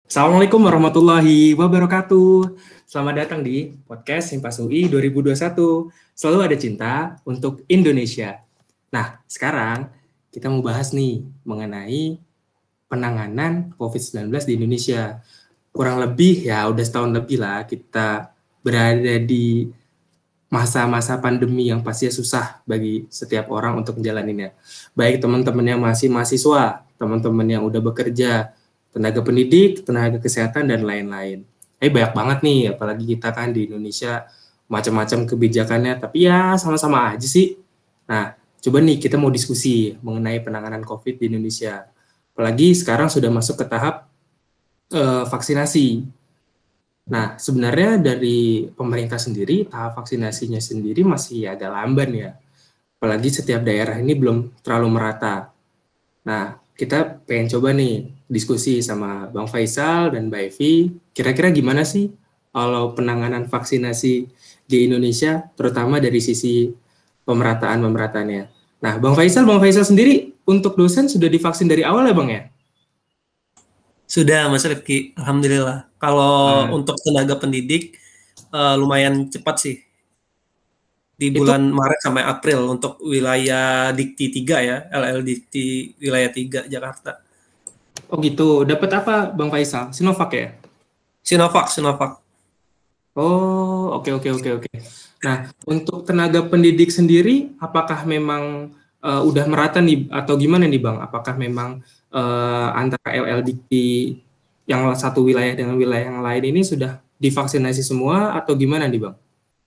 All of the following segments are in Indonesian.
Assalamualaikum warahmatullahi wabarakatuh. Selamat datang di podcast Simpas UI 2021. Selalu ada cinta untuk Indonesia. Nah, sekarang kita mau bahas nih mengenai penanganan COVID-19 di Indonesia. Kurang lebih ya udah setahun lebih lah kita berada di masa-masa pandemi yang pastinya susah bagi setiap orang untuk menjalaninya. Baik teman-teman yang masih mahasiswa, teman-teman yang udah bekerja, tenaga pendidik, tenaga kesehatan, dan lain-lain. Banyak banget nih, apalagi kita kan di Indonesia macam-macam kebijakannya, tapi ya sama-sama aja sih. Nah, coba nih kita mau diskusi mengenai penanganan COVID di Indonesia. Apalagi sekarang sudah masuk ke tahap vaksinasi. Nah, sebenarnya dari pemerintah sendiri, tahap vaksinasinya sendiri masih agak lamban ya. Apalagi setiap daerah ini belum terlalu merata. Nah, kita pengen coba nih diskusi sama Bang Faisal dan Mbak Evi. Kira-kira gimana sih kalau penanganan vaksinasi di Indonesia, terutama dari sisi pemerataannya. Nah, Bang Faisal sendiri untuk dosen sudah divaksin dari awal ya Bang ya? Sudah, Mas Rifki. Alhamdulillah. Kalau Nah, untuk tenaga pendidik, lumayan cepat sih. Di itu, bulan Maret sampai April untuk wilayah Dikti 3 ya, LL Dikti wilayah 3 Jakarta. oh gitu. Dapat apa Bang Faisal? Sinovac ya? Sinovac. Oh, oke oke oke oke. Nah, untuk tenaga pendidik sendiri, apakah memang udah merata nih atau gimana nih Bang? Apakah memang antara LLDT yang satu wilayah dengan wilayah yang lain ini sudah divaksinasi semua atau gimana nih Bang?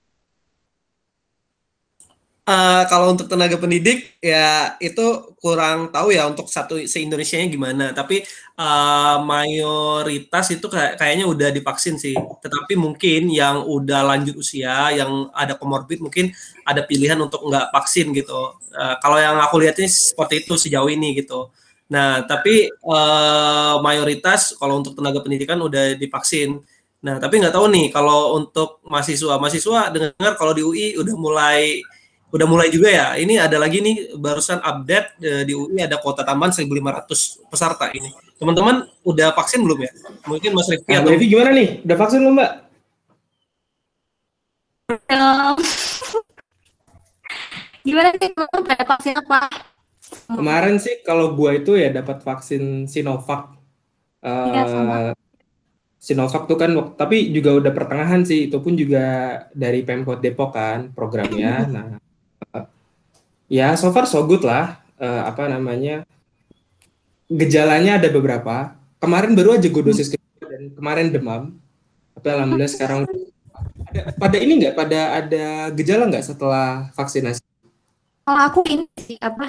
Kalau untuk tenaga pendidik ya itu kurang tahu ya untuk satu se-Indonesianya gimana. Tapi mayoritas itu kayaknya udah divaksin sih. Tetapi mungkin yang udah lanjut usia, yang ada komorbid mungkin ada pilihan untuk nggak vaksin gitu. Kalau yang aku lihat ini seperti itu sejauh ini gitu. Nah, tapi mayoritas kalau untuk tenaga pendidikan udah divaksin. Nah, tapi nggak tahu nih kalau untuk mahasiswa dengar kalau di UI udah mulai juga ya. Ini ada lagi nih barusan update di UI ada kuota tambahan 1.500 peserta ini. Teman-teman udah vaksin belum ya? Mungkin Mas Rifki Nah, Mbak atau Evi gimana nih? Udah vaksin belum Mbak? Em, Gimana sih kamu pada vaksin apa? Kemarin sih kalau gua itu ya dapat vaksin Sinovac. Iya sama. Eh, Sinovac tuh kan, tapi juga udah pertengahan sih, itu pun juga dari Pemkot Depok kan programnya. Nah, ya so far so good lah. Apa namanya, gejalanya ada beberapa. Kemarin baru aja gue dosis kedua dan kemarin demam. Tapi alhamdulillah sekarang pada ini nggak, pada ada gejala nggak setelah vaksinasi? Kalau aku ini sih apa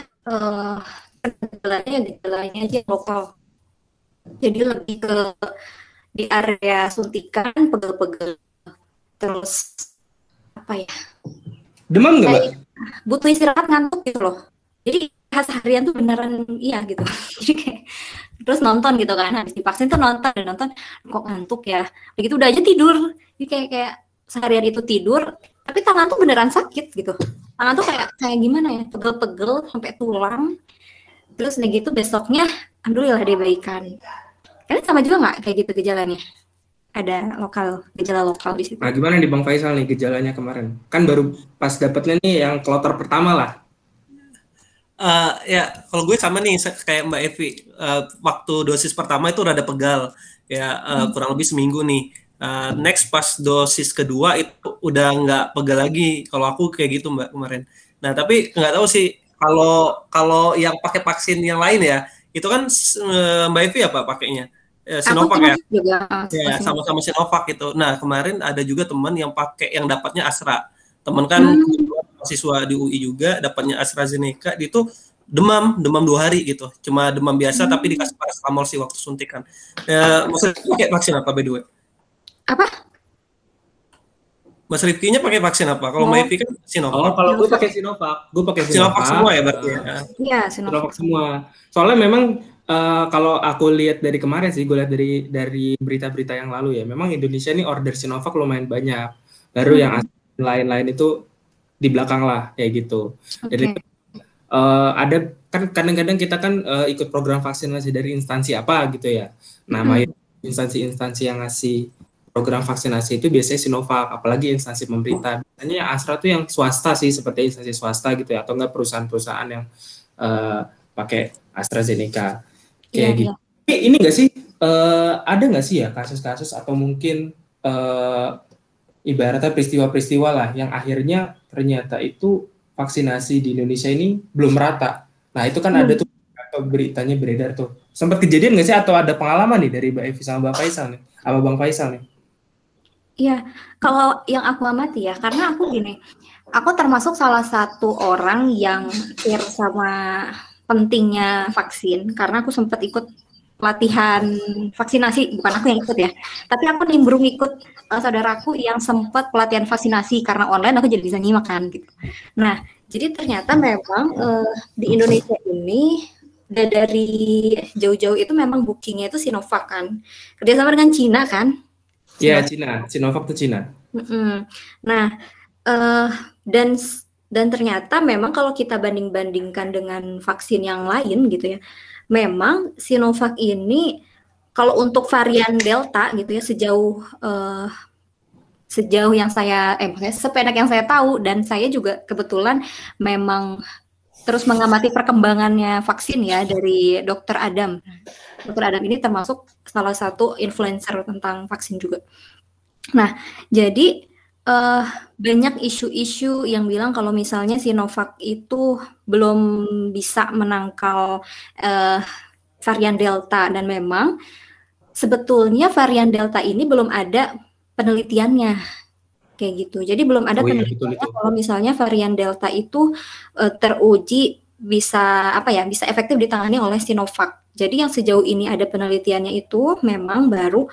gejalanya aja lokal. Jadi lebih ke di area suntikan, pegel-pegel, terus apa ya? Demam nggak Mbak? Kayak butuh istirahat ngantuk gitu loh. Jadi seharian tuh beneran iya gitu. Jadi kayak terus nonton gitu kan, habis divaksin tuh nonton kok ngantuk ya. Begitu udah aja tidur. Jadi kayak seharian itu tidur, tapi tangan tuh beneran sakit gitu. Tangan tuh kayak kayak gimana ya, pegel-pegel sampai tulang. Terus udah gitu besoknya alhamdulillah dia baikan. Kalian sama juga nggak kayak gitu gejalanya? Ada gejala lokal di situ. Nah gimana nih Bang Faisal nih gejalanya kemarin? Kan baru pas dapetnya nih yang kloter pertama lah. ya kalau gue sama nih kayak Mbak Evi. Waktu dosis pertama itu rada pegal ya, kurang lebih seminggu nih. Next pas dosis kedua itu udah nggak pegal lagi. Kalau aku kayak gitu Mbak kemarin. Nah tapi nggak tahu sih kalau kalau yang pakai vaksin yang lain ya itu kan Mbak Evi apa pakainya? Aku Sinovac ya. Sinovac juga, Ya, Sinovac. sama-sama Sinovac gitu. Nah, kemarin ada juga teman yang pakai yang dapatnya Astra. Teman kan Hmm, kebetulan mahasiswa di UI juga dapatnya AstraZeneca, dia tuh demam 2 hari gitu. Cuma demam biasa tapi hmm. dikasih paracetamol sih waktu suntikan. Mas Rifki pakai vaksin apa by the way? Apa? Mas Rifkinya pakai vaksin apa? Kalau Mbak Oh, Evi kan Oh Sinovac. kalau gue Sinovac. pakai Sinovac, gue pakai Sinovac Sinovac, semua ya berarti ya. Iya, Sinovac Sinovac. semua. Soalnya memang kalau aku lihat dari kemarin sih, gue lihat dari berita-berita yang lalu ya, memang Indonesia ini order Sinovac lumayan banyak. Baru yang Hmm, lain-lain itu di belakang lah kayak gitu. Dan oke. itu ada kan kadang-kadang kita kan ikut program vaksinasi dari instansi apa gitu ya. Nah, Hmm. instansi-instansi yang ngasih program vaksinasi itu biasanya Sinovac, apalagi instansi pemerintah. Biasanya yang Astra tuh yang swasta sih, seperti instansi swasta gitu ya, atau enggak perusahaan-perusahaan yang pakai AstraZeneca Iya, kayak gitu. iya. Ini nggak sih ada nggak sih ya kasus-kasus atau mungkin ibaratnya peristiwa-peristiwa lah yang akhirnya ternyata itu vaksinasi di Indonesia ini belum merata. Nah itu kan ada tuh atau beritanya beredar tuh. Sempat kejadian nggak sih atau ada pengalaman nih dari Mbak Evi sama Mbak Faisal nih, sama Bang Faisal nih? Iya, kalau yang aku amati ya, karena aku gini, aku termasuk salah satu orang yang care sama pentingnya vaksin, karena aku sempat ikut pelatihan vaksinasi, bukan aku yang ikut ya, tapi aku nimbrung ikut saudaraku yang sempat pelatihan vaksinasi, karena online aku jadi bisa nyimak kan gitu. Nah, jadi ternyata memang di Indonesia ini dari jauh-jauh itu memang bookingnya itu Sinovac kan, kerjasama dengan Cina kan. Iya, Cina. Sinovac tuh Cina. Nah, dan ternyata memang kalau kita banding-bandingkan dengan vaksin yang lain gitu ya, memang Sinovac ini kalau untuk varian Delta gitu ya, sejauh yang saya, maksudnya sependek yang saya tahu, dan saya juga kebetulan memang terus mengamati perkembangannya vaksin ya dari Dr. Adam. Dr. Adam ini termasuk salah satu influencer tentang vaksin juga. Nah, jadi banyak isu-isu yang bilang kalau misalnya Sinovac itu belum bisa menangkal varian Delta, dan memang sebetulnya varian Delta ini belum ada penelitiannya kayak gitu. Jadi belum ada penelitiannya kalau misalnya varian Delta itu teruji bisa bisa efektif ditangani oleh Sinovac. Jadi yang sejauh ini ada penelitiannya itu memang baru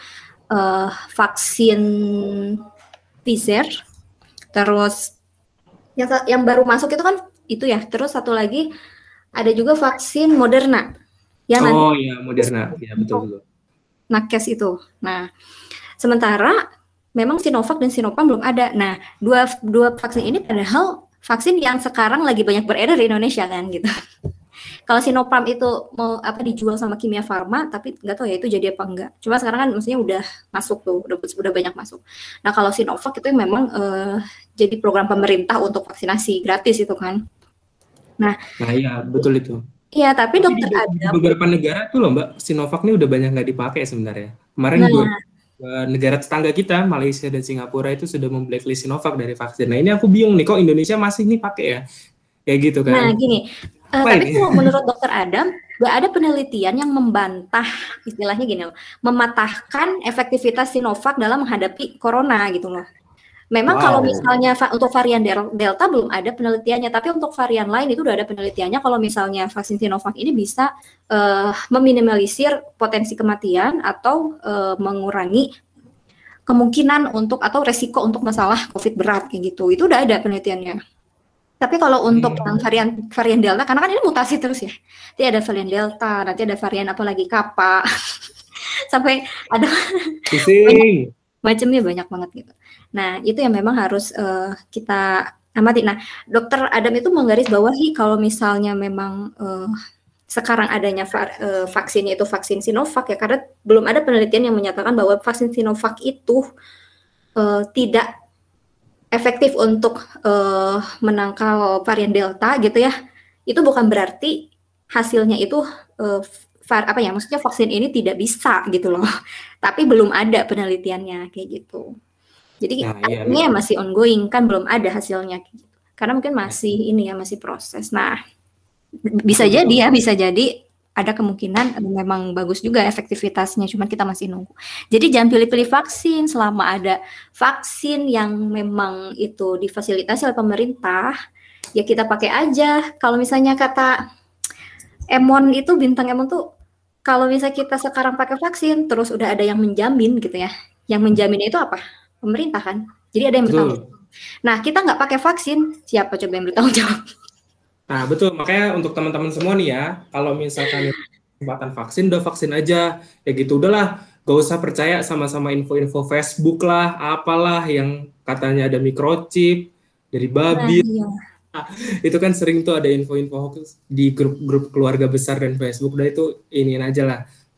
vaksin Pfizer, terus yang baru masuk itu kan itu ya, terus satu lagi ada juga vaksin Moderna. Moderna, ya betul. Nakes itu. Nah, sementara memang Sinovac dan Sinopharm belum ada. Nah, dua vaksin ini padahal vaksin yang sekarang lagi banyak beredar di Indonesia kan gitu. Kalau Sinopharm itu mau dijual sama Kimia Farma, tapi nggak tahu ya itu jadi apa enggak. Cuma sekarang kan maksudnya udah masuk tuh, udah banyak masuk. Nah kalau Sinovac itu memang jadi program pemerintah untuk vaksinasi gratis itu kan. Nah iya betul itu. Iya, tapi Dokter Adam di beberapa negara tuh loh Mbak, Sinovac ini udah banyak nggak dipakai sebenarnya. Kemarin negara tetangga kita, Malaysia dan Singapura itu sudah memblacklist Sinovac dari vaksin. Nah ini aku bingung nih, kok Indonesia masih nih pakai ya? Kayak gitu kan. Nah gini, tapi kalau menurut Dokter Adam, nggak ada penelitian yang membantah, istilahnya gini loh, mematahkan efektivitas Sinovac dalam menghadapi corona gitu loh. Memang kalau misalnya untuk varian Delta belum ada penelitiannya, tapi untuk varian lain itu udah ada penelitiannya kalau misalnya vaksin Sinovac ini bisa meminimalisir potensi kematian atau mengurangi kemungkinan untuk atau resiko untuk masalah COVID berat kayak gitu. Itu udah ada penelitiannya. Tapi kalau untuk yang varian Delta, karena kan ini mutasi terus ya. Nanti ada varian Delta, nanti ada varian apa lagi Kappa. Sampai ada macamnya banyak banget gitu. Nah, itu yang memang harus kita amati. Nah, Dokter Adam itu menggarisbawahi kalau misalnya memang sekarang adanya vaksinnya itu vaksin Sinovac ya, karena belum ada penelitian yang menyatakan bahwa vaksin Sinovac itu tidak efektif untuk menangkal varian Delta gitu ya. Itu bukan berarti hasilnya itu maksudnya vaksin ini tidak bisa gitu loh. Tapi belum ada penelitiannya kayak gitu. Jadi ini masih ongoing kan, belum ada hasilnya gitu. Karena mungkin masih masih proses. Nah, bisa jadi ada kemungkinan memang bagus juga efektivitasnya, cuman kita masih nunggu. Jadi jangan pilih-pilih vaksin selama ada vaksin yang memang itu difasilitasi oleh pemerintah, ya kita pakai aja. Kalau misalnya kata Emon itu, bintang Emon tuh, kalau misalnya kita sekarang pakai vaksin, terus udah ada yang menjamin gitu ya. Yang menjaminnya itu apa? Pemerintah kan. Jadi ada yang bertanggung jawab. Nah, kita nggak pakai vaksin, siapa coba yang bertanggung jawab? Nah, betul. Makanya untuk teman-teman semua nih ya, kalau misalkan kesempatan vaksin, udah vaksin aja. Ya gitu, udahlah. Gak usah percaya sama info-info Facebook lah, apalah yang katanya ada microchip, dari babi. Nah, itu kan sering tuh ada info-info hoax di grup-grup keluarga besar dan Facebook. Udah itu iniin aja lah.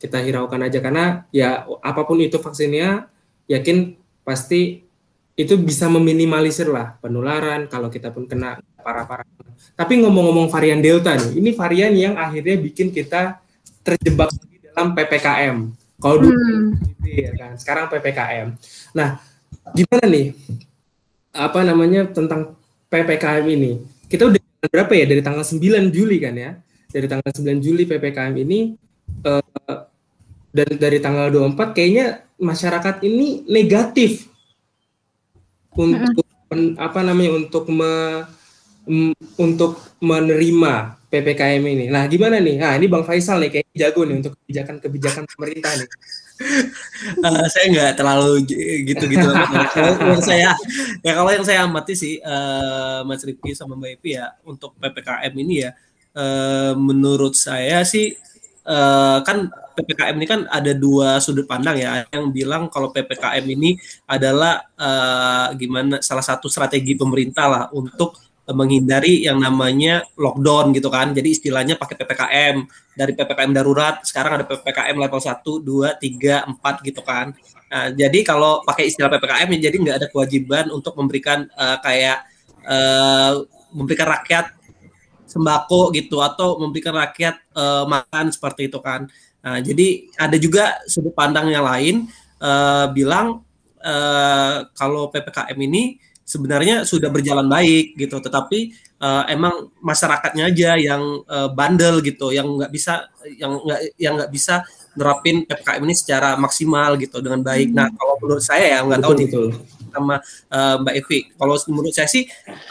kita hiraukan aja, karena ya apapun itu vaksinnya, yakin pasti itu bisa meminimalisir lah penularan kalau kita pun kena parah-parah. Tapi ngomong-ngomong varian Delta nih, ini varian yang akhirnya bikin kita terjebak di dalam PPKM. Kalau dulu ya kan, sekarang PPKM. Nah, gimana nih tentang PPKM ini? Kita udah berapa ya, dari tanggal 9 Juli kan ya? Dari tanggal 9 Juli PPKM ini, dan dari tanggal 24 kayaknya masyarakat ini negatif untuk untuk menerima PPKM ini. Nah, gimana nih? Nah, ini Bang Faisal nih kayaknya jago nih untuk kebijakan pemerintah nih. Saya nggak terlalu gitu-gitu. Kalau saya, ya kalau yang saya amati sih, Mas Rifki sama Mbak Evi ya, untuk PPKM ini ya, menurut saya sih, kan PPKM ini kan ada dua sudut pandang ya, yang bilang kalau PPKM ini adalah salah satu strategi pemerintah lah untuk menghindari yang namanya lockdown gitu kan. Jadi istilahnya pakai PPKM, dari PPKM darurat sekarang ada PPKM level 1, 2, 3, 4 gitu kan. Nah, jadi kalau pakai istilah PPKM jadi nggak ada kewajiban untuk memberikan memberikan rakyat sembako gitu, atau memberikan rakyat makan seperti itu kan. Nah, jadi ada juga sudut pandang yang lain bilang kalau PPKM ini sebenarnya sudah berjalan baik gitu, tetapi emang masyarakatnya aja yang bandel gitu, yang nggak bisa nerapin PPKM ini secara maksimal gitu dengan baik. Nah, kalau menurut saya ya nggak tahu nih sama Mbak Evi. Kalau menurut saya sih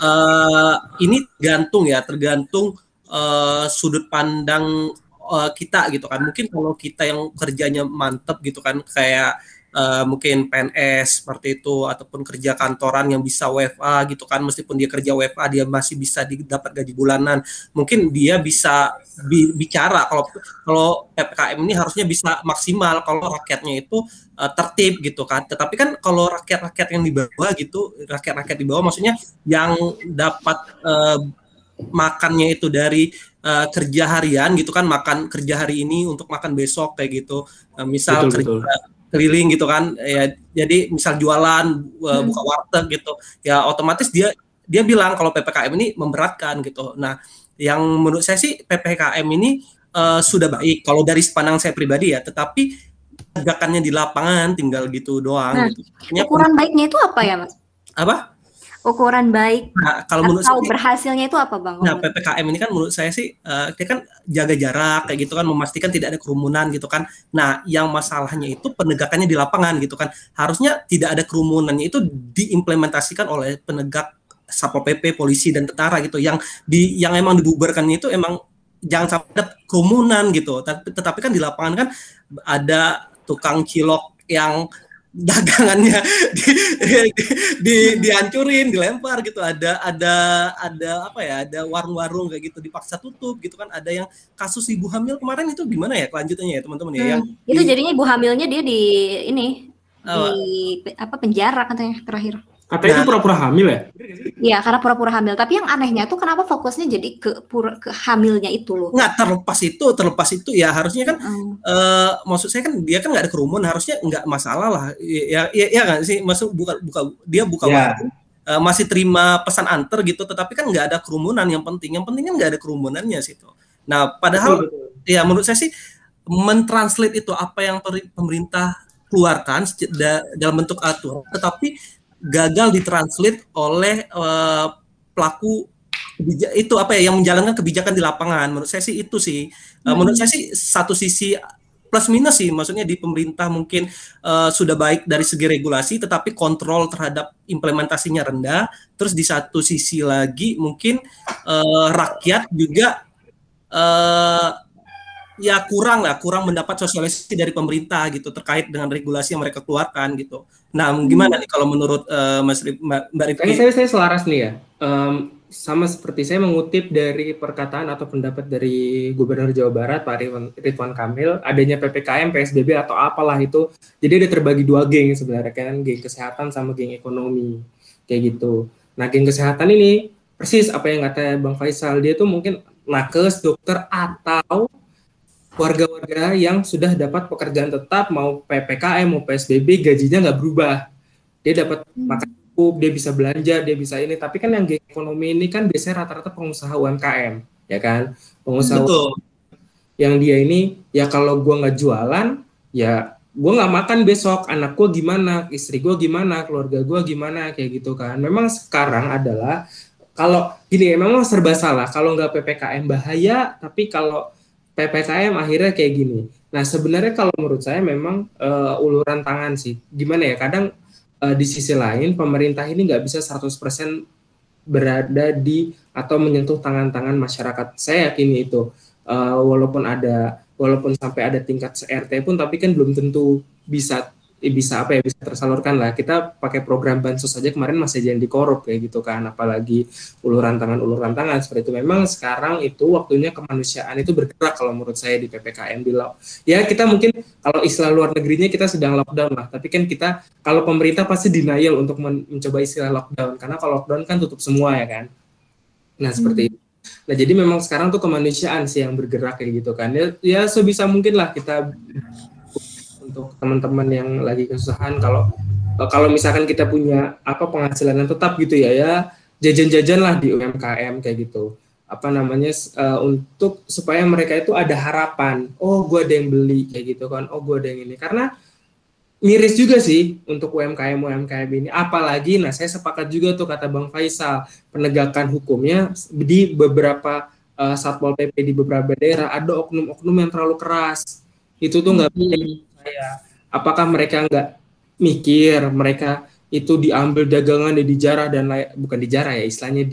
ini tergantung sudut pandang kita gitu kan. Mungkin kalau kita yang kerjanya mantep gitu kan, kayak mungkin PNS seperti itu, ataupun kerja kantoran yang bisa WFA gitu kan, meskipun dia kerja WFA dia masih bisa dapat gaji bulanan, mungkin dia bisa bicara kalau PPKM ini harusnya bisa maksimal kalau rakyatnya itu tertib gitu kan. Tetapi kan kalau rakyat yang di bawah gitu, rakyat di bawah maksudnya yang dapat makannya itu dari kerja harian gitu kan, makan kerja hari ini untuk makan besok kayak gitu, misal betul. Keliling gitu kan ya, jadi misal jualan buka warteg gitu ya, otomatis dia bilang kalau PPKM ini memberatkan gitu. Nah, yang menurut saya sih PPKM ini sudah baik kalau dari pandang saya pribadi ya, tetapi tegakannya di lapangan tinggal gitu doang. Nah, gitu. Ukuran baiknya itu apa ya, Mas? Apa? Ukuran baik kalau menurut saya, berhasilnya itu apa, Bang? Nah, PPKM ini kan menurut saya sih dia kan jaga jarak kayak gitu kan, memastikan tidak ada kerumunan gitu kan. Nah, yang masalahnya itu penegakannya di lapangan gitu kan. Harusnya tidak ada kerumunannya itu diimplementasikan oleh penegak Satpol PP, polisi dan tentara gitu, yang emang dibubarkannya itu emang jangan sampai ada kerumunan gitu. Tetapi kan di lapangan kan ada tukang cilok yang dagangannya dihancurin, dilempar gitu, ada apa ya, ada warung-warung kayak gitu dipaksa tutup gitu kan. Ada yang kasus ibu hamil kemarin itu gimana ya kelanjutannya ya teman-teman ya, yang itu jadinya ibu hamilnya dia di penjara katanya terakhir. Katanya itu pura-pura hamil ya? Iya, karena pura-pura hamil. Tapi yang anehnya tuh kenapa fokusnya jadi ke hamilnya itu loh? Nggak, terlepas itu ya harusnya kan, maksud saya kan dia kan nggak ada kerumun, harusnya nggak masalah lah. Ya nggak sih, maksud buka warung, masih terima pesan antar gitu, tetapi kan nggak ada kerumunan. Yang penting kan nggak ada kerumunannya situ. Nah, padahal ya menurut saya sih mentranslate itu apa yang pemerintah keluarkan dalam bentuk aturan, tetapi gagal ditranslate oleh pelaku itu yang menjalankan kebijakan di lapangan. Menurut saya sih itu sih. Menurut saya sih satu sisi plus minus sih, maksudnya di pemerintah mungkin sudah baik dari segi regulasi, tetapi kontrol terhadap implementasinya rendah. Terus di satu sisi lagi mungkin rakyat juga ya kurang mendapat sosialisasi dari pemerintah gitu terkait dengan regulasi yang mereka keluarkan gitu. Nah, gimana nih kalau menurut Mbak Rifki? Saya selaras nih ya. Sama seperti saya mengutip dari perkataan atau pendapat dari Gubernur Jawa Barat Pak Ridwan Kamil, adanya PPKM, PSBB atau apalah itu, jadi ada terbagi dua geng sebenarnya kan, geng kesehatan sama geng ekonomi kayak gitu. Nah, geng kesehatan ini persis apa yang kata Bang Faisal, dia tuh mungkin nakes, dokter atau warga-warga yang sudah dapat pekerjaan tetap, mau PPKM, mau PSBB, gajinya nggak berubah. Dia dapat makan cukup, dia bisa belanja, dia bisa ini. Tapi kan yang gig ekonomi ini kan biasanya rata-rata pengusaha UMKM, ya kan? Pengusaha Betul. yang dia ini, ya kalau gue nggak jualan, ya gue nggak makan besok, anak gue gimana, istri gue gimana, keluarga gue gimana, kayak gitu kan. Memang sekarang adalah, kalau gini, memang serba salah, kalau nggak PPKM bahaya, tapi kalau PPKM akhirnya kayak gini. Nah sebenarnya kalau menurut saya memang uluran tangan sih, gimana ya, kadang di sisi lain pemerintah ini nggak bisa 100% berada di atau menyentuh tangan-tangan masyarakat. Saya yakin itu. Walaupun sampai ada tingkat RT pun, tapi kan belum tentu bisa tersalurkan lah. Kita pakai program bansos saja kemarin masih jadi dikorup kayak gitu kan, apalagi uluran tangan seperti itu. Memang sekarang itu waktunya kemanusiaan itu bergerak kalau menurut saya di PPKM ya kita mungkin kalau istilah luar negerinya kita sedang lockdown lah, tapi kan kita kalau pemerintah pasti denial untuk mencoba istilah lockdown, karena kalau lockdown kan tutup semua ya kan. Nah seperti itu. Nah jadi memang sekarang tuh kemanusiaan sih yang bergerak kayak gitu kan. Ya sebisa mungkin lah kita untuk teman-teman yang lagi kesusahan, kalau misalkan kita punya penghasilan yang tetap gitu ya jajan-jajan lah di UMKM kayak gitu. Untuk supaya mereka itu ada harapan. Oh, gue ada yang beli kayak gitu kan. Oh, gue ada yang ini. Karena miris juga sih untuk UMKM ini, apalagi saya sepakat juga tuh kata Bang Faisal, penegakan hukumnya di beberapa Satpol PP di beberapa daerah ada oknum-oknum yang terlalu keras. Itu tuh nggak bisa saya. Apakah mereka nggak mikir mereka itu diambil dagangan, dijarah dan bukan dijarah ya, istilahnya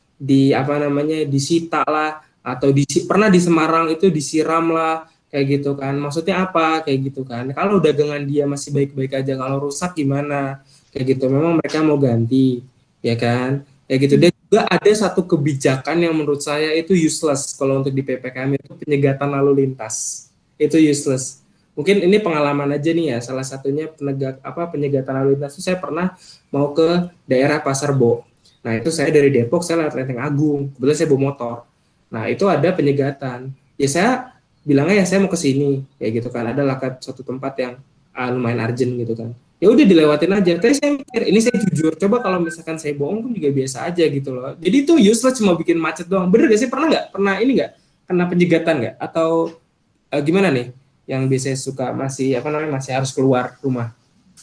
disita lah, atau pernah di Semarang itu disiram lah kayak gitu kan. Maksudnya apa kayak gitu kan? Kalau dagangan dia masih baik-baik aja, kalau rusak gimana kayak gitu. Memang mereka mau ganti ya kan kayak gitu. Dan juga ada satu kebijakan yang menurut saya itu useless kalau untuk di PPKM, itu penyegatan lalu lintas. Itu useless. Mungkin ini pengalaman aja nih ya, salah satunya penyegatan lalu lintas itu saya pernah mau ke daerah Pasar Bo. Nah itu saya dari Depok, saya lewat Lenteng Agung, kebetulan saya bawa motor. Nah itu ada penyegatan, ya saya bilangnya ya saya mau ke sini kayak gitu kan, ada suatu tempat yang lumayan urgent gitu kan, ya udah dilewatin aja. Tapi saya mikir, ini saya jujur, coba kalau misalkan saya bohong pun juga biasa aja gitu loh. Jadi itu useless, cuma bikin macet doang. Bener gak sih? Pernah ini nggak kena penyegatan nggak, atau gimana nih yang biasanya suka masih harus keluar rumah?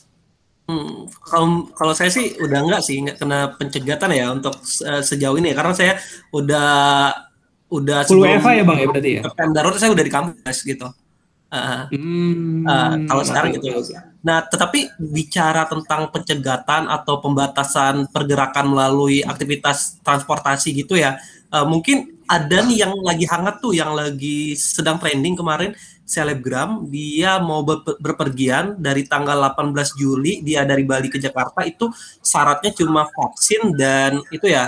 Kalau saya sih udah nggak kena pencegatan ya untuk sejauh ini, karena saya udah full WFH ya Bang ya berarti ya? PPKM darurat saya udah di kampus gitu. Kalau sekarang gitu. Nah, tetapi bicara tentang pencegatan atau pembatasan pergerakan melalui aktivitas transportasi gitu ya, mungkin ada nih yang lagi hangat tuh, yang lagi sedang trending kemarin, selebgram dia mau berpergian dari tanggal 18 Juli, dia dari Bali ke Jakarta, itu syaratnya cuma vaksin dan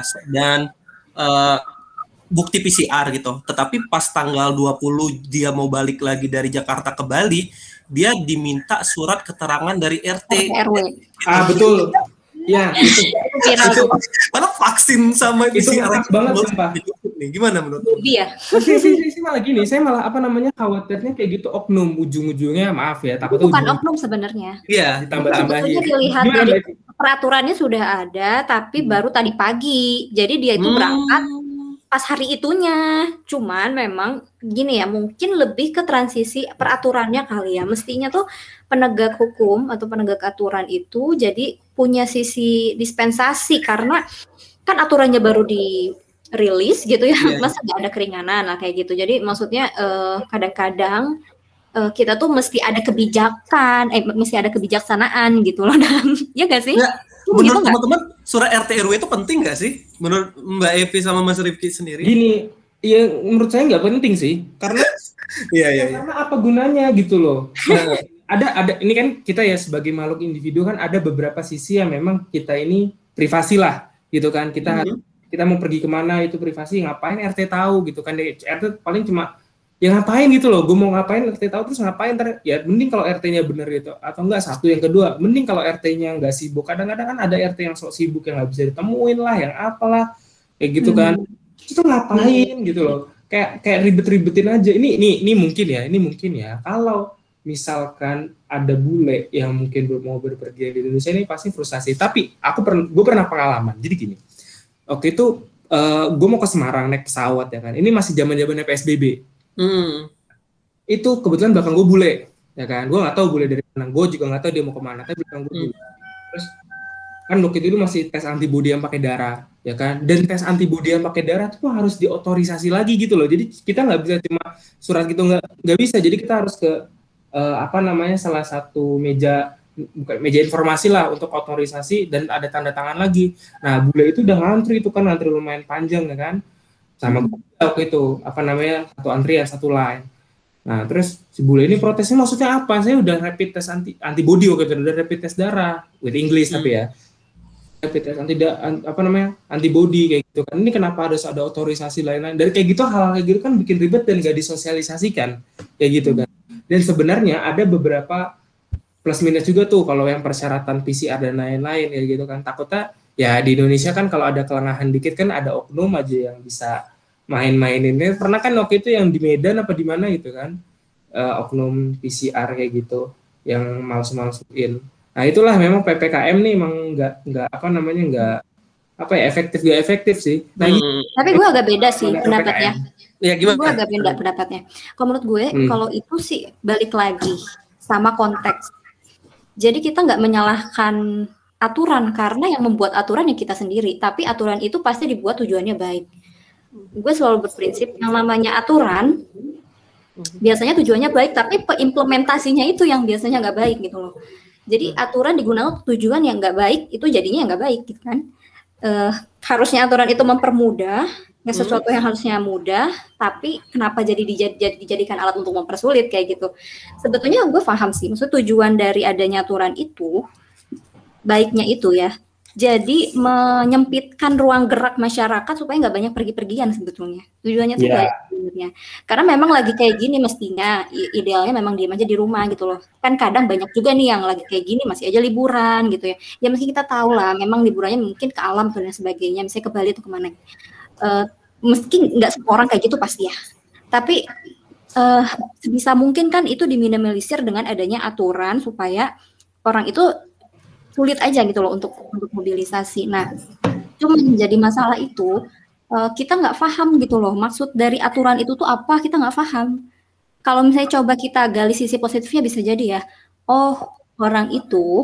bukti PCR gitu. Tetapi pas tanggal 20 dia mau balik lagi dari Jakarta ke Bali, dia diminta surat keterangan dari RT. RW. Betul. Ya, itu karena vaksin sama PCR banget sumpah. Gimana menurut Iya. Saya malah gini, saya malah khawatirnya kayak gitu oknum, ujung-ujungnya maaf ya, takut bukan oknum sebenarnya. Iya, ditambah-tambahin. Sebetulnya dilihat dari peraturannya sudah ada, tapi baru tadi pagi. Jadi dia itu berangkat pas hari itunya. Cuman memang gini ya, mungkin lebih ke transisi peraturannya kali ya. Mestinya tuh penegak hukum atau penegak aturan itu jadi punya sisi dispensasi, karena kan aturannya baru dirilis gitu ya. Masa nggak ada keringanan lah kayak gitu. Jadi maksudnya kadang-kadang kita tuh mesti ada kebijaksanaan gitu loh dalam, ya nggak sih? Ya, menurut teman-teman surat RT RW itu penting nggak sih? Menurut Mbak Evi sama Mas Rifki sendiri? Gini, ya menurut saya nggak penting sih, karena karena apa gunanya gitu loh. Ada ini kan kita ya sebagai makhluk individu kan ada beberapa sisi yang memang kita ini privasi lah gitu kan. Kita mau pergi kemana itu privasi, ngapain RT tahu gitu kan. RT paling cuma ya ngapain gitu loh, gue mau ngapain RT tahu, terus ngapain ya mending kalau RT-nya bener gitu, atau enggak. Satu, yang kedua, mending kalau RT-nya nggak sibuk. Kadang-kadang kan ada RT yang sok sibuk, yang nggak bisa ditemuin lah, yang apalah kayak gitu kan. Itu ngapain gitu loh. kayak ribet-ribetin aja. Ini mungkin ya. Kalau misalkan ada bule yang mungkin mau berpergian di Indonesia ini pasti frustasi. Tapi gue pernah pengalaman. Jadi gini, waktu itu gue mau ke Semarang naik pesawat ya kan. Ini masih zaman-zamannya PSBB. Itu kebetulan belakang gue bule, ya kan. Gue nggak tahu bule dari mana. Gue juga nggak tahu dia mau kemana. Tapi belakang gue bule. Terus kan waktu itu masih tes antibody yang pakai darah, ya kan. Dan tes antibody yang pakai darah itu harus diotorisasi lagi gitu loh. Jadi kita nggak bisa cuma surat gitu, nggak bisa. Jadi kita harus ke salah satu meja informasi lah untuk otorisasi dan ada tanda tangan lagi. Nah, bule itu udah ngantri itu kan, ngantri lumayan panjang ya kan. Sama gue waktu itu satu antrian satu line. Nah, terus si bule ini protesnya maksudnya apa? Saya udah rapid test antibody waktu itu, udah rapid test darah with English tapi ya. Rapid test antibody kayak gitu kan. Ini kenapa harus ada otorisasi lain-lain? Dari kayak gitu hal-hal kayak gitu kan bikin ribet dan gak disosialisasikan kayak gitu kan. Dan sebenarnya ada beberapa plus minus juga tuh kalau yang persyaratan PCR dan lain-lain ya gitu kan. Takutnya ya di Indonesia kan kalau ada kelengahan dikit kan ada oknum aja yang bisa main-maininnya. Pernah kan waktu itu yang di Medan apa di mana gitu kan, oknum PCR kayak gitu yang males-malesin. Nah itulah memang PPKM nih emang nggak efektif sih. Nah, tapi gue agak beda sih pendapatnya. Ya gimana? Gue agak beda pendapatnya. Kalau menurut gue, kalau itu sih balik lagi sama konteks. Jadi kita nggak menyalahkan aturan karena yang membuat aturan ya kita sendiri. Tapi aturan itu pasti dibuat tujuannya baik. Gue selalu berprinsip yang namanya aturan biasanya tujuannya baik, tapi implementasinya itu yang biasanya nggak baik gitu loh. Jadi aturan digunakan untuk tujuan yang nggak baik, itu jadinya nggak baik gitu kan. Harusnya aturan itu mempermudah, ya sesuatu yang harusnya mudah, tapi kenapa jadi dijadikan alat untuk mempersulit kayak gitu. Sebetulnya gue paham sih, maksud tujuan dari adanya aturan itu, baiknya itu ya, jadi menyempitkan ruang gerak masyarakat supaya nggak banyak pergi-pergian sebetulnya. Tujuannya itu baik sebenarnya. Karena memang lagi kayak gini mestinya idealnya memang diam aja di rumah gitu loh. Kan kadang banyak juga nih yang lagi kayak gini masih aja liburan gitu ya. Ya meski kita tahu lah memang liburannya mungkin ke alam dan sebagainya, misalnya ke Bali atau kemana. Meski nggak semua orang kayak gitu pasti ya. Tapi sebisa mungkin kan itu diminimalisir dengan adanya aturan supaya orang itu sulit aja gitu loh untuk mobilisasi. Nah, cuma menjadi masalah itu kita nggak paham gitu loh maksud dari aturan itu tuh apa, kita nggak paham. Kalau misalnya coba kita gali sisi positifnya bisa jadi ya, orang itu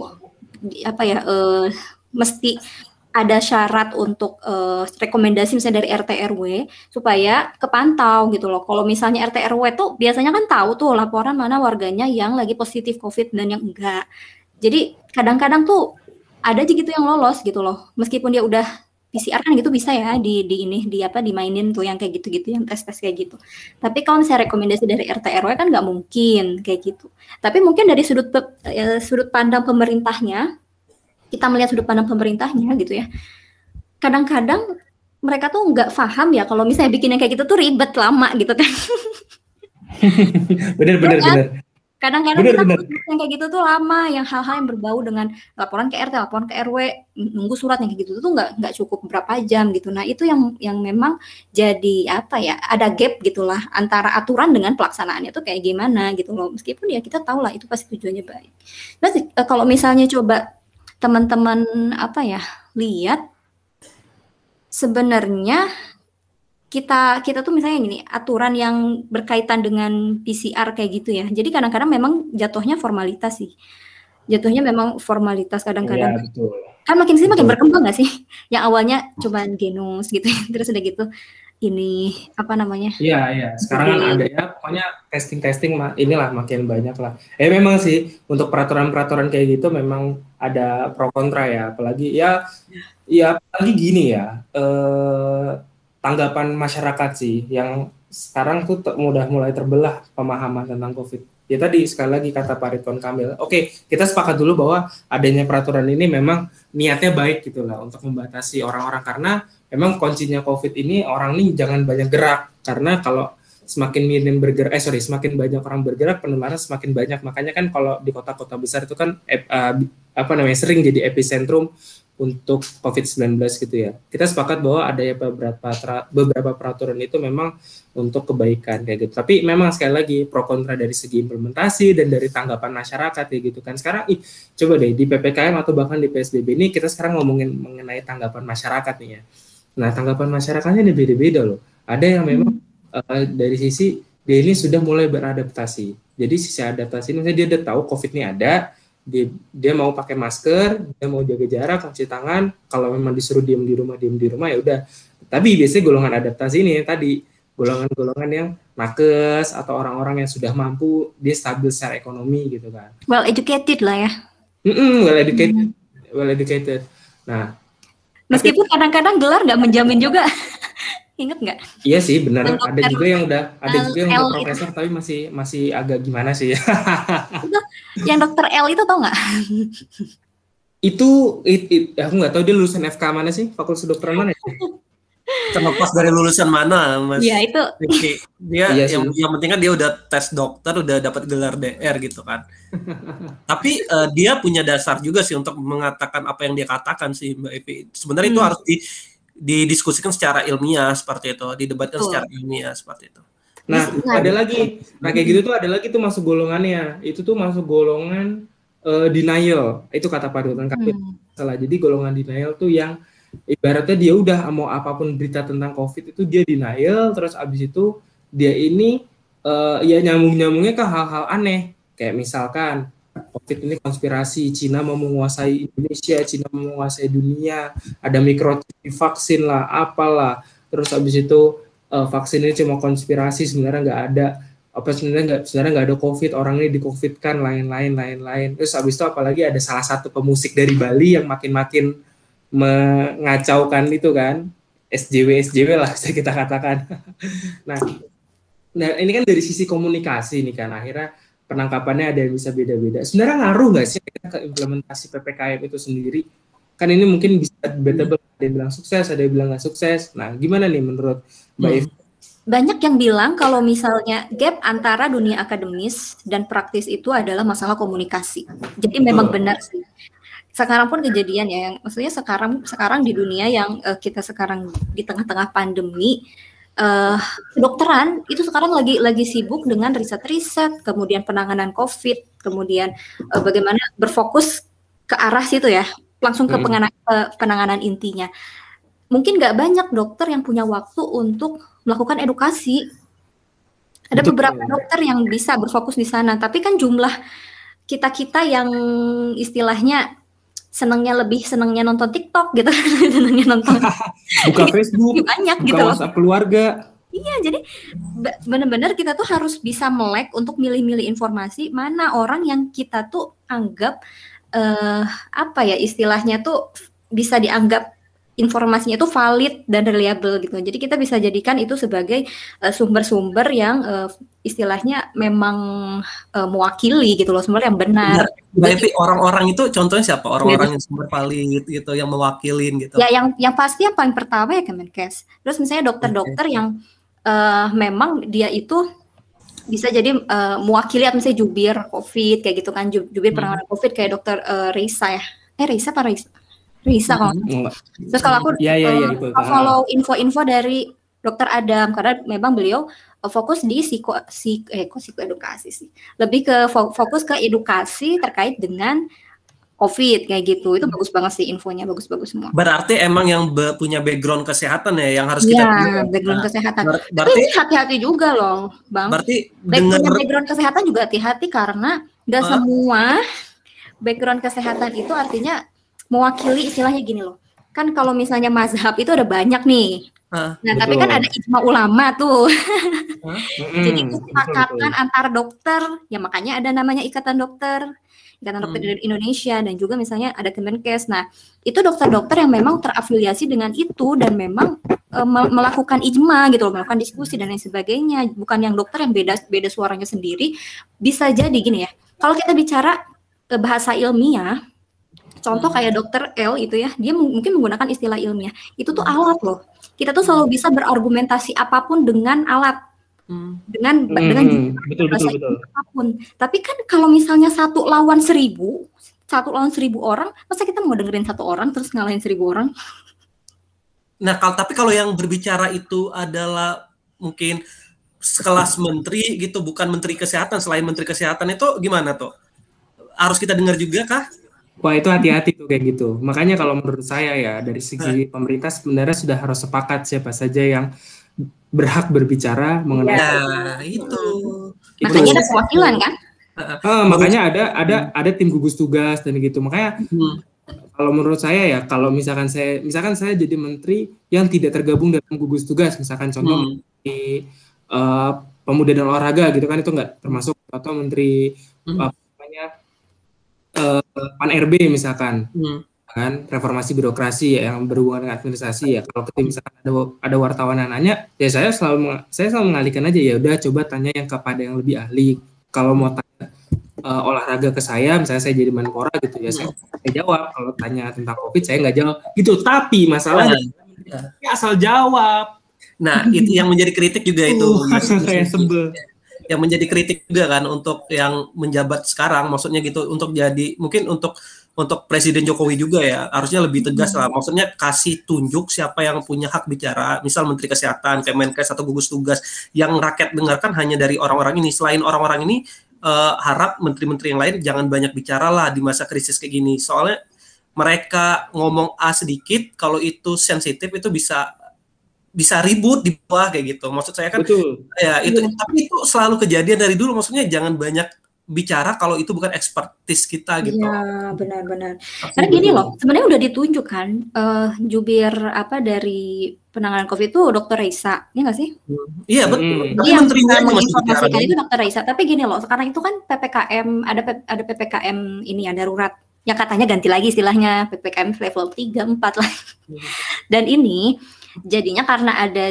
mesti ada syarat untuk rekomendasi misalnya dari RT RW supaya kepantau gitu loh. Kalau misalnya RT RW tuh biasanya kan tahu tuh laporan mana warganya yang lagi positif COVID dan yang enggak. Jadi kadang-kadang tuh ada aja gitu yang lolos gitu loh. Meskipun dia udah PCR kan gitu bisa ya dimainin tuh yang kayak gitu-gitu, yang tes-tes kayak gitu. Tapi kalau misalnya rekomendasi dari RT RW kan nggak mungkin kayak gitu. Tapi mungkin dari sudut pandang pemerintahnya, kita melihat sudut pandang pemerintahnya gitu ya. Kadang-kadang mereka tuh nggak paham ya kalau misalnya bikin yang kayak gitu tuh ribet lama gitu kan. Bener. Kadang-kadang kita yang kayak gitu tuh lama, yang hal-hal yang berbau dengan laporan ke RT, laporan ke RW, nunggu surat yang kayak gitu tuh nggak cukup berapa jam gitu. Nah itu yang memang jadi ada gap gitulah antara aturan dengan pelaksanaannya tuh kayak gimana gitu loh. Meskipun ya kita tahu lah itu pasti tujuannya baik. Berarti kalau misalnya coba teman-teman lihat sebenarnya kita tuh misalnya gini, aturan yang berkaitan dengan PCR kayak gitu ya. Jadi kadang-kadang memang jatuhnya formalitas sih. Jatuhnya memang formalitas kadang-kadang. Iya, betul. Kan makin sini makin berkembang nggak sih? Yang awalnya cobaan genus gitu, terus udah gitu ini Iya. Sekarang kan ada ya, pokoknya testing inilah makin banyak lah. Memang sih untuk peraturan-peraturan kayak gitu memang ada pro kontra ya. Apalagi apalagi gini ya. Tanggapan masyarakat sih yang sekarang tuh udah mulai terbelah pemahaman tentang COVID. Ya tadi sekali lagi kata Pak Ridwan Kamil. Oke, kita sepakat dulu bahwa adanya peraturan ini memang niatnya baik gitu lah untuk membatasi orang-orang karena memang kuncinya COVID ini orang nih jangan banyak gerak karena kalau semakin banyak orang bergerak penularan semakin banyak. Makanya kan kalau di kota-kota besar itu kan sering jadi epicentrum untuk COVID-19 gitu ya. Kita sepakat bahwa ada ya beberapa peraturan itu memang untuk kebaikan kayak gitu. Tapi memang sekali lagi pro kontra dari segi implementasi dan dari tanggapan masyarakat kayak gitu kan. Sekarang coba deh di PPKM atau bahkan di PSBB ini kita sekarang ngomongin mengenai tanggapan masyarakat nih ya. Nah, tanggapan masyarakatnya ini beda-beda loh. Ada yang memang dari sisi dia ini sudah mulai beradaptasi. Jadi sisi adaptasi ini dia udah tahu COVID ini ada, dia mau pakai masker, dia mau jaga jarak, cuci tangan. Kalau memang disuruh diem di rumah ya udah. Tapi biasanya golongan adaptasi ini tadi golongan-golongan yang nakes atau orang-orang yang sudah mampu, dia stabil secara ekonomi gitu kan. Well educated lah ya. Well educated. Nah, meskipun kadang-kadang gelar nggak menjamin juga. Ingat nggak? Iya sih benar. Ada juga yang udah profesor tapi masih agak gimana sih. Yang dokter L itu tau nggak? Itu aku nggak tahu dia lulusan FK mana sih, fakultas kedokteran mana? Terlepas dari lulusan mana, Mas. Iya itu. Dia yang penting kan dia udah tes dokter, udah dapat gelar DR gitu kan. Tapi dia punya dasar juga sih untuk mengatakan apa yang dia katakan sih, Mbak Evi. Sebenarnya itu harus didiskusikan secara ilmiah seperti itu, didebatkan secara ilmiah seperti itu. Nah, ada lagi, kayak gitu tuh ada lagi tuh masuk golongannya. Itu tuh masuk golongan denial. Itu kata Pak Ridwan Kamil. Salah. Jadi golongan denial tuh yang ibaratnya dia udah mau apapun berita tentang COVID itu dia denial, terus abis itu dia ini ya nyambungnya ke hal-hal aneh. Kayak misalkan COVID ini konspirasi, Cina mau menguasai Indonesia, Cina mau menguasai dunia, ada mikrochip vaksin lah, apalah. Terus habis itu vaksin ini cuma konspirasi, sebenarnya nggak ada. Sebenarnya nggak ada COVID, orang ini di-COVID-kan, lain-lain. Terus habis itu apalagi ada salah satu pemusik dari Bali yang makin mengacaukan itu kan, SJW lah bisa kita katakan. Nah ini kan dari sisi komunikasi nih kan, akhirnya penangkapannya ada yang bisa beda-beda. Sebenarnya ngaruh nggak sih ke implementasi PPKM itu sendiri? Kan ini mungkin bisa debatable, ada yang bilang sukses, ada yang bilang nggak sukses. Nah, gimana nih menurut Mbak Evi? Banyak yang bilang kalau misalnya gap antara dunia akademis dan praktis itu adalah masalah komunikasi. Jadi memang benar sih. Sekarang pun kejadian ya, maksudnya sekarang di dunia yang kita sekarang di tengah-tengah pandemi, kedokteran itu sekarang lagi sibuk dengan riset-riset, kemudian penanganan COVID, kemudian bagaimana berfokus ke arah situ ya, langsung ke penanganan intinya. Mungkin nggak banyak dokter yang punya waktu untuk melakukan edukasi. Ada beberapa dokter yang bisa berfokus di sana, tapi kan jumlah kita yang istilahnya senangnya nonton TikTok gitu, senangnya nonton buka Facebook, banyak buka gitu WhatsApp keluarga. Iya, jadi benar-benar kita tuh harus bisa melek untuk milih-milih informasi mana orang yang kita tuh anggap istilahnya tuh bisa dianggap informasinya itu valid dan reliable gitu. Jadi kita bisa jadikan itu sebagai sumber-sumber yang istilahnya memang mewakili gitu loh, sumber yang benar. Berarti orang-orang itu contohnya siapa? Orang-orang yang sumber valid gitu, yang mewakilin gitu. Ya yang pasti yang paling pertama ya Kemenkes. Terus misalnya dokter-dokter yang memang dia itu bisa jadi mewakili atau misalnya jubir COVID kayak gitu kan, jubir penanganan COVID kayak dokter Reisa ya. Reisa kalau terus kalau aku follow info-info dari Dokter Adam karena memang beliau fokus di psikoedukasi sih, lebih ke fokus ke edukasi terkait dengan COVID kayak gitu. Itu bagus banget sih infonya, bagus-bagus semua. Berarti emang yang punya background kesehatan ya yang harus kita background kesehatan. Berarti hati-hati juga loh, Bang. Berarti background kesehatan juga hati-hati karena nggak semua background kesehatan itu artinya mewakili, istilahnya gini loh. Kan kalau misalnya mazhab itu ada banyak nih. Nah, betul. Tapi kan ada ijma ulama tuh. Jadi kesepakatan antar dokter, ya makanya ada namanya Ikatan Dokter Indonesia dan juga misalnya ada Kemenkes. Nah, itu dokter-dokter yang memang terafiliasi dengan itu dan memang melakukan ijma gitu loh, melakukan diskusi dan lain sebagainya. Bukan yang dokter yang beda suaranya sendiri. Bisa jadi gini ya. Kalau kita bicara bahasa ilmiah, contoh kayak dokter L itu ya, dia mungkin menggunakan istilah ilmiah. Itu tuh alat loh. Kita tuh selalu bisa berargumentasi apapun dengan alat. Dengan betul. apapun. Tapi kan kalau misalnya 1 lawan 1000, 1 lawan 1.000 orang, masa kita mau dengerin 1 orang terus ngalahin 1.000 orang? Nah, tapi kalau yang berbicara itu adalah mungkin sekelas menteri gitu, bukan menteri kesehatan, selain menteri kesehatan itu gimana tuh? Harus kita dengar juga kah? Wah, itu hati-hati tuh kayak gitu. Makanya kalau menurut saya ya, dari segi pemerintah sebenarnya sudah harus sepakat siapa saja yang berhak berbicara mengenai Nah, itu. Makanya ada perwakilan kan? Makanya ada tim gugus tugas dan gitu. Makanya kalau menurut saya ya, kalau misalkan saya jadi menteri yang tidak tergabung dalam gugus tugas, misalkan contoh menteri pemuda dan olahraga gitu kan, itu nggak termasuk, atau menteri Pan RB misalkan, kan reformasi birokrasi ya, yang berhubungan dengan administrasi ya. Kalau misalkan ada wartawan yang nanya, ya saya selalu mengalihkan aja, ya udah coba tanya yang kepada yang lebih ahli. Kalau mau tanya olahraga ke saya, misalnya saya jadi Menpora gitu ya, saya jawab. Kalau tanya tentang COVID saya nggak jawab gitu. Tapi masalahnya asal jawab. Nah, itu yang menjadi kritik juga itu. Kayak sebel. Yang menjadi kritik juga kan untuk yang menjabat sekarang, maksudnya gitu, untuk jadi mungkin untuk Presiden Jokowi juga ya, harusnya lebih tegas lah, maksudnya kasih tunjuk siapa yang punya hak bicara, misal Menteri Kesehatan, Kemenkes atau gugus tugas, yang rakyat dengarkan hanya dari orang-orang ini. Selain orang-orang ini, harap menteri-menteri yang lain jangan banyak bicara lah di masa krisis kayak gini, soalnya mereka ngomong A sedikit, kalau itu sensitif itu bisa ribut di bawah kayak gitu. Maksud saya kan, betul. Ya itu, tapi itu selalu kejadian dari dulu. Maksudnya jangan banyak bicara kalau itu bukan expertise kita gitu. Iya, benar-benar. Karena gini loh, sebenarnya udah ditunjuk kan, jubir dari penanganan COVID itu Dr. Reisa, ya nggak sih? Iya betul. Jadi yang bisa menginformasikan itu Dr. Reisa. Tapi gini loh, sekarang itu kan PPKM, ada PPKM ini ya, darurat. Yang katanya ganti lagi istilahnya, PPKM level 3, 4 lah. Dan ini jadinya karena ada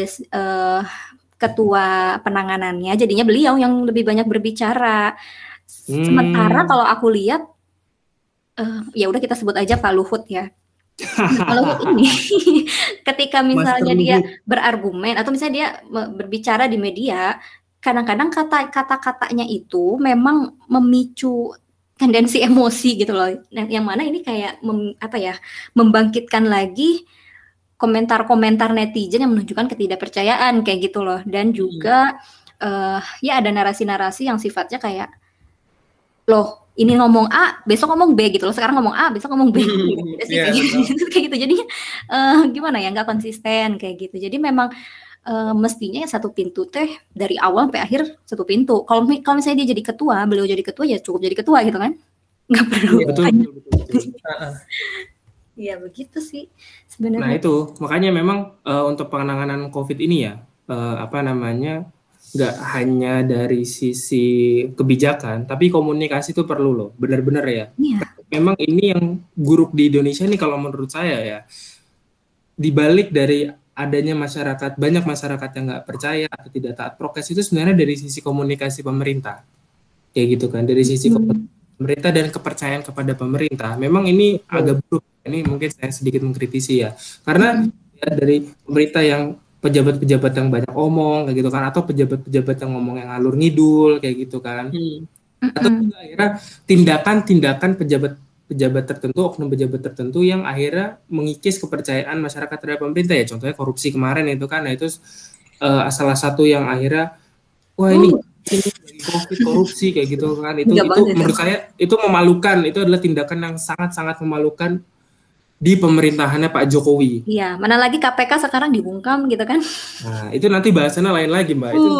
ketua penanganannya, jadinya beliau yang lebih banyak berbicara. Sementara kalau aku lihat, ya udah kita sebut aja Pak Luhut ya. Pak Luhut ini, ketika misalnya dia berargumen atau misalnya dia berbicara di media, kadang-kadang kata-katanya itu memang memicu tendensi emosi gitu loh. Yang mana ini kayak membangkitkan lagi komentar-komentar netizen yang menunjukkan ketidakpercayaan kayak gitu loh. Dan juga ya ada narasi-narasi yang sifatnya kayak, loh ini ngomong A, besok ngomong B gitu loh. Sekarang ngomong A, besok ngomong B. Kayak gitu. Jadinya gimana ya, nggak konsisten kayak gitu. Jadi memang mestinya satu pintu teh dari awal sampai akhir satu pintu. Kalau misalnya dia jadi ketua, beliau jadi ketua ya cukup jadi ketua gitu kan. Nggak perlu. Betul. Iya begitu sih sebenarnya. Nah itu makanya memang untuk penanganan COVID ini ya nggak hanya dari sisi kebijakan, tapi komunikasi itu perlu loh, benar-benar ya. Iya. Memang ini yang buruk di Indonesia nih kalau menurut saya ya, dibalik dari adanya banyak masyarakat yang nggak percaya atau tidak taat prokes, itu sebenarnya dari sisi komunikasi pemerintah, kayak gitu kan, dari sisi pemerintah dan kepercayaan kepada pemerintah. Memang ini agak buruk. Ini mungkin saya sedikit mengkritisi ya, karena dari pemerintah yang pejabat-pejabat yang banyak omong kayak gitu kan, atau pejabat-pejabat yang ngomong yang ngalur ngidul kayak gitu kan, atau juga akhirnya tindakan pejabat tertentu, oknum pejabat tertentu yang akhirnya mengikis kepercayaan masyarakat terhadap pemerintah ya. Contohnya korupsi kemarin itu kan, nah itu salah satu yang akhirnya wah ini COVID korupsi kayak gitu kan, itu menurut saya itu memalukan. Itu adalah tindakan yang sangat-sangat memalukan di pemerintahannya Pak Jokowi. Iya, mana lagi KPK sekarang dibungkam gitu kan. Nah, itu nanti bahasannya lain lagi, Mbak. Itu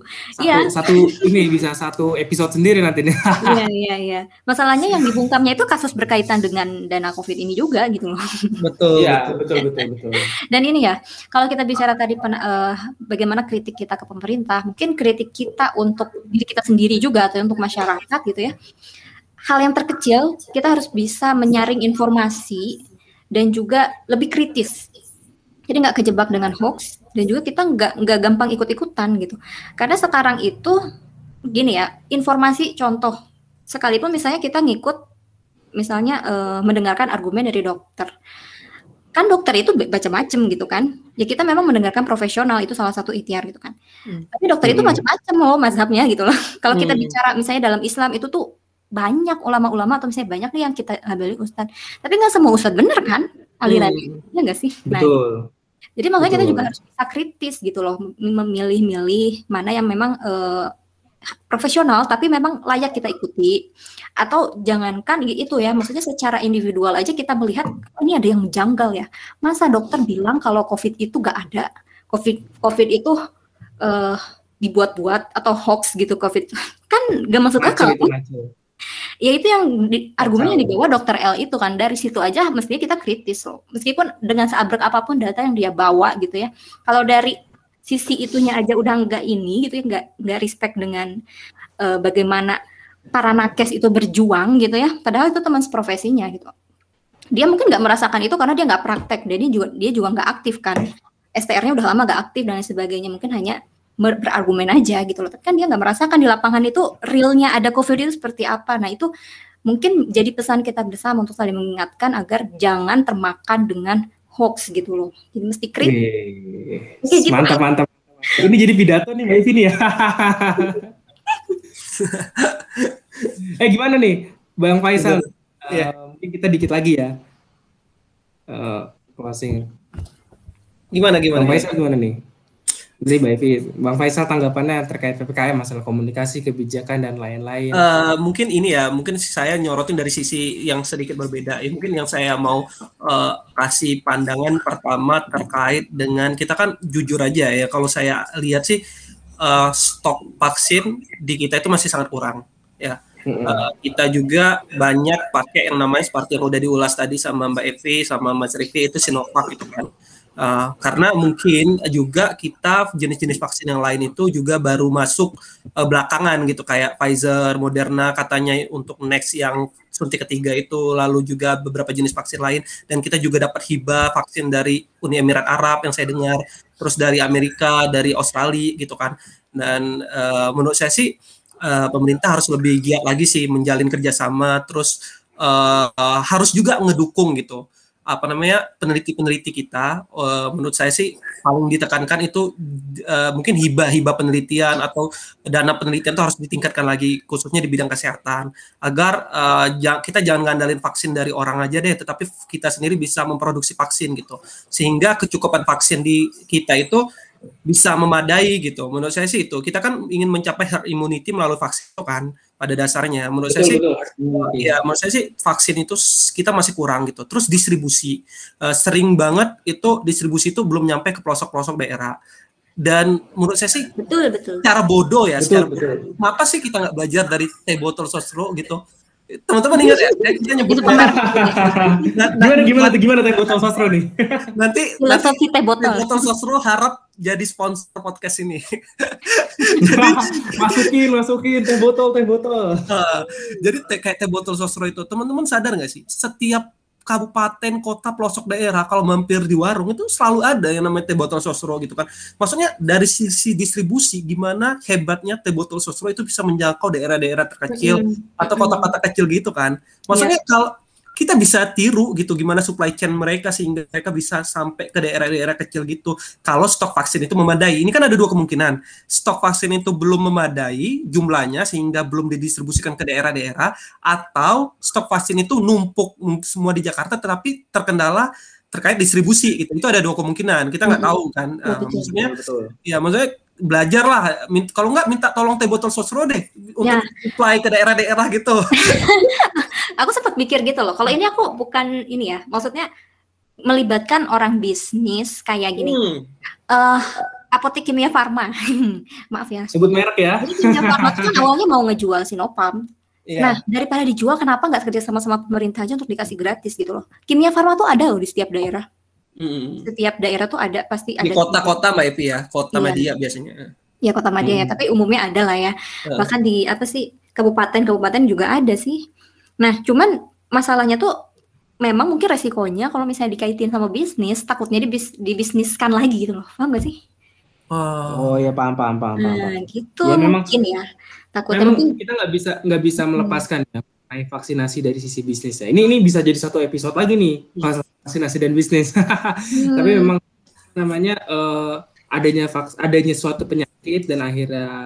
bisa satu episode sendiri nantinya. Iya. Masalahnya yang dibungkamnya itu kasus berkaitan dengan dana COVID ini juga gitu loh. Betul. Iya, betul. Dan ini ya, kalau kita bicara tadi bagaimana kritik kita ke pemerintah, mungkin kritik kita untuk diri kita sendiri juga atau untuk masyarakat gitu ya. Hal yang terkecil, kita harus bisa menyaring informasi dan juga lebih kritis. Jadi nggak kejebak dengan hoax, dan juga kita nggak gampang ikut-ikutan gitu. Karena sekarang itu gini ya, informasi contoh, sekalipun misalnya kita ngikut, misalnya mendengarkan argumen dari dokter. Kan dokter itu macam-macam gitu kan. Ya kita memang mendengarkan profesional, itu salah satu ikhtiar gitu kan. Tapi dokter itu macam-macam loh mazhabnya gitu loh. Kalau kita bicara misalnya dalam Islam itu tuh banyak ulama-ulama atau misalnya banyak nih yang kita labeli ustadz, tapi nggak semua ustadz bener kan alirannya, ya nggak sih? Nah, Betul. jadi makanya kita Betul. juga harus bisa kritis gitu loh, memilih-milih mana yang memang profesional tapi memang layak kita ikuti, atau jangankan itu ya, maksudnya secara individual aja kita melihat ini ada yang menjanggal ya, masa dokter bilang kalau COVID itu nggak ada, COVID itu dibuat-buat atau hoax gitu COVID, kan nggak masuk akal. Ya itu yang argumen yang dibawa dokter L itu kan, dari situ aja mestinya kita kritis loh, meskipun dengan seabrek apapun data yang dia bawa gitu ya, kalau dari sisi itunya aja udah nggak ini gitu ya, nggak respect dengan bagaimana para nakes itu berjuang gitu ya, padahal itu teman seprofesinya gitu, dia mungkin nggak merasakan itu karena dia nggak praktek, dan dia juga nggak aktif kan, STR-nya udah lama nggak aktif dan lain sebagainya, mungkin hanya berargumen aja gitu loh, tapi kan dia nggak merasakan di lapangan itu realnya ada COVID itu seperti apa. Nah itu mungkin jadi pesan kita bersama untuk saling mengingatkan agar jangan termakan dengan hoax gitu loh, jadi mesti kritis. Gitu. Mantap. Ini jadi pidato nih Mbak Evi nih ya. Gimana nih Bang Faisal? Mungkin kita dikit lagi ya closing. Gimana? Bang Faisal gimana nih? Jadi Mbak Evi, Bang Faisal tanggapannya terkait PPKM, masalah komunikasi, kebijakan dan lain-lain. Mungkin ini ya, mungkin saya nyorotin dari sisi yang sedikit berbeda. Mungkin yang saya mau kasih pandangan pertama terkait dengan, kita kan jujur aja ya, kalau saya lihat sih stok vaksin di kita itu masih sangat kurang ya. Kita juga banyak pakai yang namanya seperti yang udah diulas tadi sama Mbak Evi sama Mas Rifki, itu Sinovac gitu kan. Karena mungkin juga kita jenis-jenis vaksin yang lain itu juga baru masuk belakangan gitu, kayak Pfizer, Moderna katanya untuk next yang suntik ketiga itu, lalu juga beberapa jenis vaksin lain, dan kita juga dapat hibah vaksin dari Uni Emirat Arab yang saya dengar, terus dari Amerika, dari Australia gitu kan. Dan menurut saya sih pemerintah harus lebih giat lagi sih menjalin kerjasama, terus harus juga ngedukung gitu peneliti-peneliti kita. Menurut saya sih paling ditekankan itu mungkin hibah penelitian atau dana penelitian itu harus ditingkatkan lagi, khususnya di bidang kesehatan, agar kita jangan ngandalin vaksin dari orang aja deh, tetapi kita sendiri bisa memproduksi vaksin gitu, sehingga kecukupan vaksin di kita itu bisa memadai gitu. Menurut saya sih itu, kita kan ingin mencapai herd immunity melalui vaksin itu kan pada dasarnya. Menurut saya sih ya, menurut saya sih vaksin itu kita masih kurang gitu. Terus distribusi, sering banget itu distribusi itu belum nyampe ke pelosok-pelosok daerah. Dan menurut saya sih betul cara bodoh ya, betul. Kenapa sih kita nggak belajar dari teh botol sosro gitu? Teman-teman ingat ya, kita nyebut gimana teh botol sosro nih? Nanti teh botol sosro harap jadi sponsor podcast ini. masukin teh botol. Jadi kayak teh botol sosro itu, teman-teman sadar nggak sih? Setiap kabupaten, kota, pelosok daerah, kalau mampir di warung itu selalu ada yang namanya teh botol sosro gitu kan. Maksudnya dari sisi distribusi, gimana hebatnya teh botol sosro itu bisa menjangkau daerah-daerah terkecil atau kota-kota kecil gitu kan. Maksudnya kalau kita bisa tiru gitu gimana supply chain mereka sehingga mereka bisa sampai ke daerah-daerah kecil gitu. Kalau stok vaksin itu memadai, ini kan ada dua kemungkinan. Stok vaksin itu belum memadai jumlahnya sehingga belum didistribusikan ke daerah-daerah, atau stok vaksin itu numpuk semua di Jakarta tetapi terkendala terkait distribusi gitu. Itu ada dua kemungkinan. Kita nggak tahu kan. Maksudnya ya, maksudnya belajarlah, kalau nggak minta tolong teh botol sosro deh untuk supply ke daerah-daerah gitu. Aku sempat mikir gitu loh. Kalau ini aku bukan ini ya, maksudnya melibatkan orang bisnis kayak gini. Apotek Kimia Farma. Maaf ya. Sebut merek ya. Jadi Kimia Farma itu kan awalnya mau ngejual Sinopharm. Nah, daripada dijual, kenapa nggak kerja sama pemerintah aja untuk dikasih gratis gitu loh. Kimia Farma tuh ada loh di setiap daerah. Setiap daerah tuh ada, pasti ada. Di kota-kota Mbak Evi ya, kota media biasanya. Ya kota media ya, tapi umumnya ada lah ya. Bahkan di kabupaten juga ada sih. Nah, cuman masalahnya tuh memang mungkin resikonya kalau misalnya dikaitin sama bisnis, takutnya dibisniskan lagi gitu loh. Paham gak sih? Oh ya, paham. Nah, gitu ya, mungkin ya. Takutnya mungkin kita nggak bisa melepaskan ya vaksinasi dari sisi bisnis ya. Ini bisa jadi satu episode lagi nih, vaksinasi dan bisnis. Tapi memang namanya adanya suatu penyakit dan akhirnya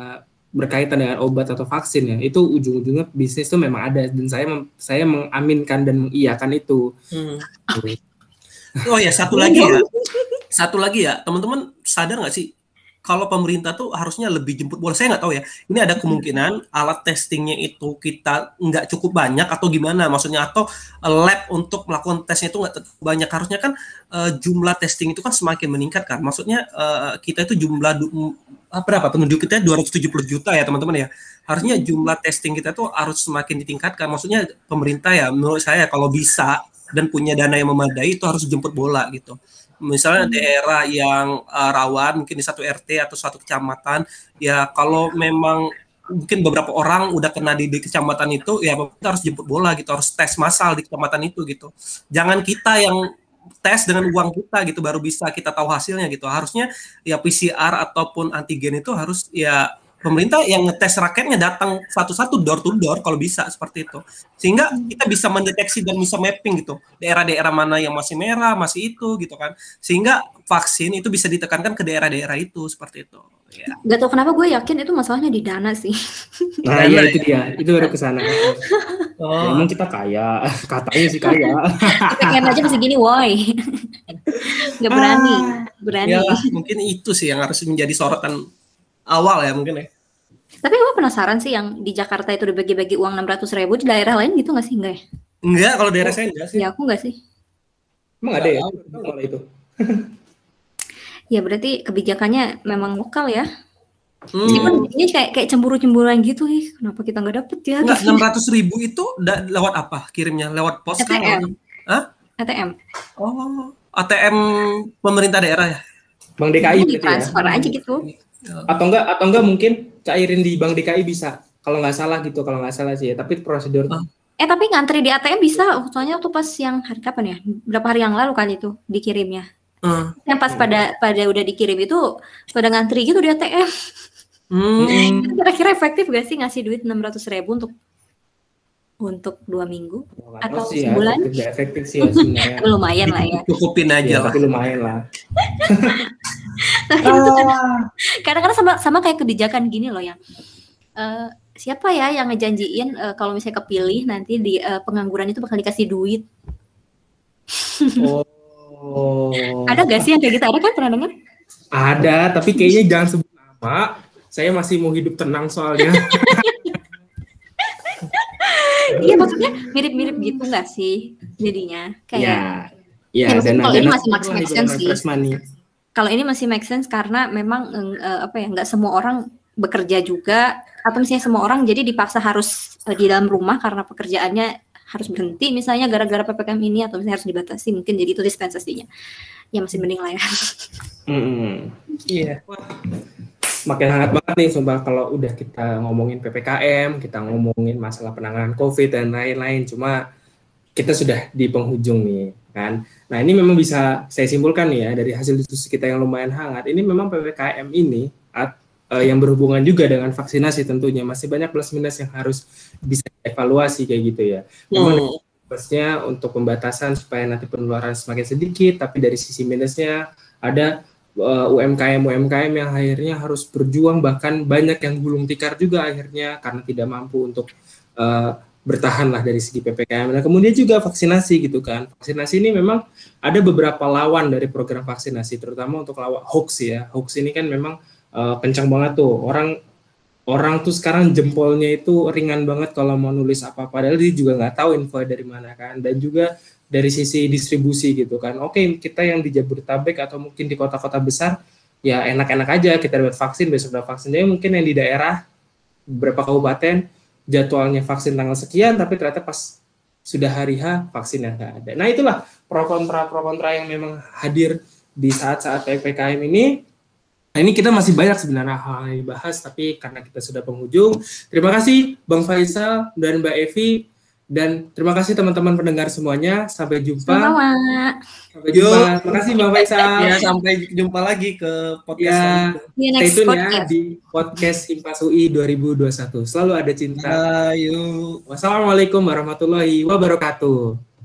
berkaitan dengan obat atau vaksin ya, itu ujung-ujungnya bisnis tuh memang ada, dan saya mengaminkan dan mengiyakan itu. Oh ya, satu lagi ya, teman-teman sadar nggak sih kalau pemerintah tuh harusnya lebih jemput bola? Saya nggak tahu ya, ini ada kemungkinan alat testingnya itu kita nggak cukup banyak atau gimana maksudnya, atau lab untuk melakukan tesnya itu nggak banyak. Harusnya kan jumlah testing itu kan semakin meningkat kan, maksudnya kita itu jumlah berapa penduduk kita 270 juta ya teman-teman ya, harusnya jumlah testing kita tuh harus semakin ditingkatkan. Maksudnya pemerintah ya menurut saya kalau bisa dan punya dana yang memadai itu harus jemput bola gitu. Misalnya daerah yang rawan mungkin di satu RT atau satu kecamatan, ya kalau memang mungkin beberapa orang udah kena di kecamatan itu, ya kita harus jemput bola gitu, harus tes massal di kecamatan itu gitu. Jangan kita yang tes dengan uang kita gitu baru bisa kita tahu hasilnya gitu. Harusnya ya PCR ataupun antigen itu harus ya pemerintah yang ngetes rakyatnya datang satu-satu door to door kalau bisa seperti itu, sehingga kita bisa mendeteksi dan bisa mapping gitu daerah-daerah mana yang masih merah, masih itu gitu kan, sehingga vaksin itu bisa ditekankan ke daerah-daerah itu seperti itu ya. Gak tau kenapa gue yakin itu masalahnya di dana sih. Nah iya itu dia, itu baru kesana. Ya, emang kita kaya, katanya sih kaya. Kita pengen aja masih gini, woi. Gak berani. Ya, mungkin itu sih yang harus menjadi sorotan awal ya mungkin ya. Tapi gue penasaran sih yang di Jakarta itu dibagi-bagi uang 600.000, di daerah lain gitu nggak sih? Enggak ya? Enggak, kalau daerah saya enggak sih. Ya aku nggak sih. Emang ada ya? Kalau itu. Ya berarti kebijakannya memang lokal ya. Meskipun ini kayak cemburu-cemburuan gitu, kenapa kita nggak dapet ya? Enggak, 600.000 itu lewat apa kirimnya? Lewat pos kan? ATM. Hah? ATM. Oh, ATM pemerintah daerah ya? Bank DKI Di transfer ya? aja gitu. Atau enggak mungkin cairin di Bank DKI bisa. Kalau nggak salah sih ya, tapi prosedur Tapi ngantri di ATM bisa, soalnya waktu pas yang hari kapan ya? Berapa hari yang lalu kali itu dikirimnya. Yang pas pada udah dikirim itu pada ngantri gitu di ATM. Itu kira-kira efektif gak sih ngasih duit 600.000 untuk 2 minggu atau sebulan? Efektif sih ya sebenarnya. Lumayan lah ya. Cukupin aja lah. Tapi lumayan lah. Tapi itu kadang-kadang sama kayak kebijakan gini loh yang siapa ya yang ngejanjiin kalau misalnya kepilih nanti di pengangguran itu bakal dikasih duit. Ada gak sih yang kayak gitu? Ada kan, pernah dengar? Ada, tapi kayaknya jangan sebut nama. Saya masih mau hidup tenang soalnya. Iya, maksudnya mirip-mirip gitu nggak sih jadinya? Kayak ya dan kalau ini masih make sense sih. Kalau ini masih make sense karena memang nggak semua orang bekerja juga, atau misalnya semua orang jadi dipaksa harus di dalam rumah karena pekerjaannya harus berhenti misalnya gara-gara PPKM ini, atau misalnya harus dibatasi, mungkin jadi itu dispensasinya. Ya masih mending lah ya. Iya. Makin hangat banget nih sumpah kalau udah kita ngomongin PPKM, kita ngomongin masalah penanganan COVID dan lain-lain. Cuma kita sudah di penghujung nih kan. Nah ini memang bisa saya simpulkan nih ya dari hasil diskusi kita yang lumayan hangat. Ini memang PPKM ini yang berhubungan juga dengan vaksinasi tentunya masih banyak plus minus yang harus bisa dievaluasi kayak gitu ya. Memang plusnya untuk pembatasan supaya nanti penularan semakin sedikit, tapi dari sisi minusnya ada UMKM yang akhirnya harus berjuang, bahkan banyak yang gulung tikar juga akhirnya karena tidak mampu untuk bertahan lah dari segi PPKM. Nah kemudian juga vaksinasi gitu kan. Vaksinasi ini memang ada beberapa lawan dari program vaksinasi, terutama untuk lawan hoax ya. Hoax ini kan memang kencang banget tuh. Orang tuh sekarang jempolnya itu ringan banget kalau mau nulis apa, padahal dia juga nggak tahu info dari mana kan. Dan juga dari sisi distribusi gitu kan. Oke, kita yang di Jabodetabek atau mungkin di kota-kota besar ya enak-enak aja kita dapat vaksin, besok dapat vaksin. Jadi mungkin yang di daerah beberapa kabupaten jadwalnya vaksin tanggal sekian, tapi ternyata pas sudah hari H vaksinnya nggak ada. Nah itulah pro kontra yang memang hadir di saat-saat PPKM ini. Nah, ini kita masih banyak sebenarnya hal yang dibahas, tapi karena kita sudah penghujung. Terima kasih Bang Faisal dan Mbak Evi, dan terima kasih teman-teman pendengar semuanya. Sampai jumpa. Sampai jumpa. Terima kasih Bang Faisal. Ya, sampai jumpa lagi ke podcast. Stay tune ya di podcast Himpas UI 2021. Selalu ada cinta. Ayo. Wassalamualaikum warahmatullahi wabarakatuh.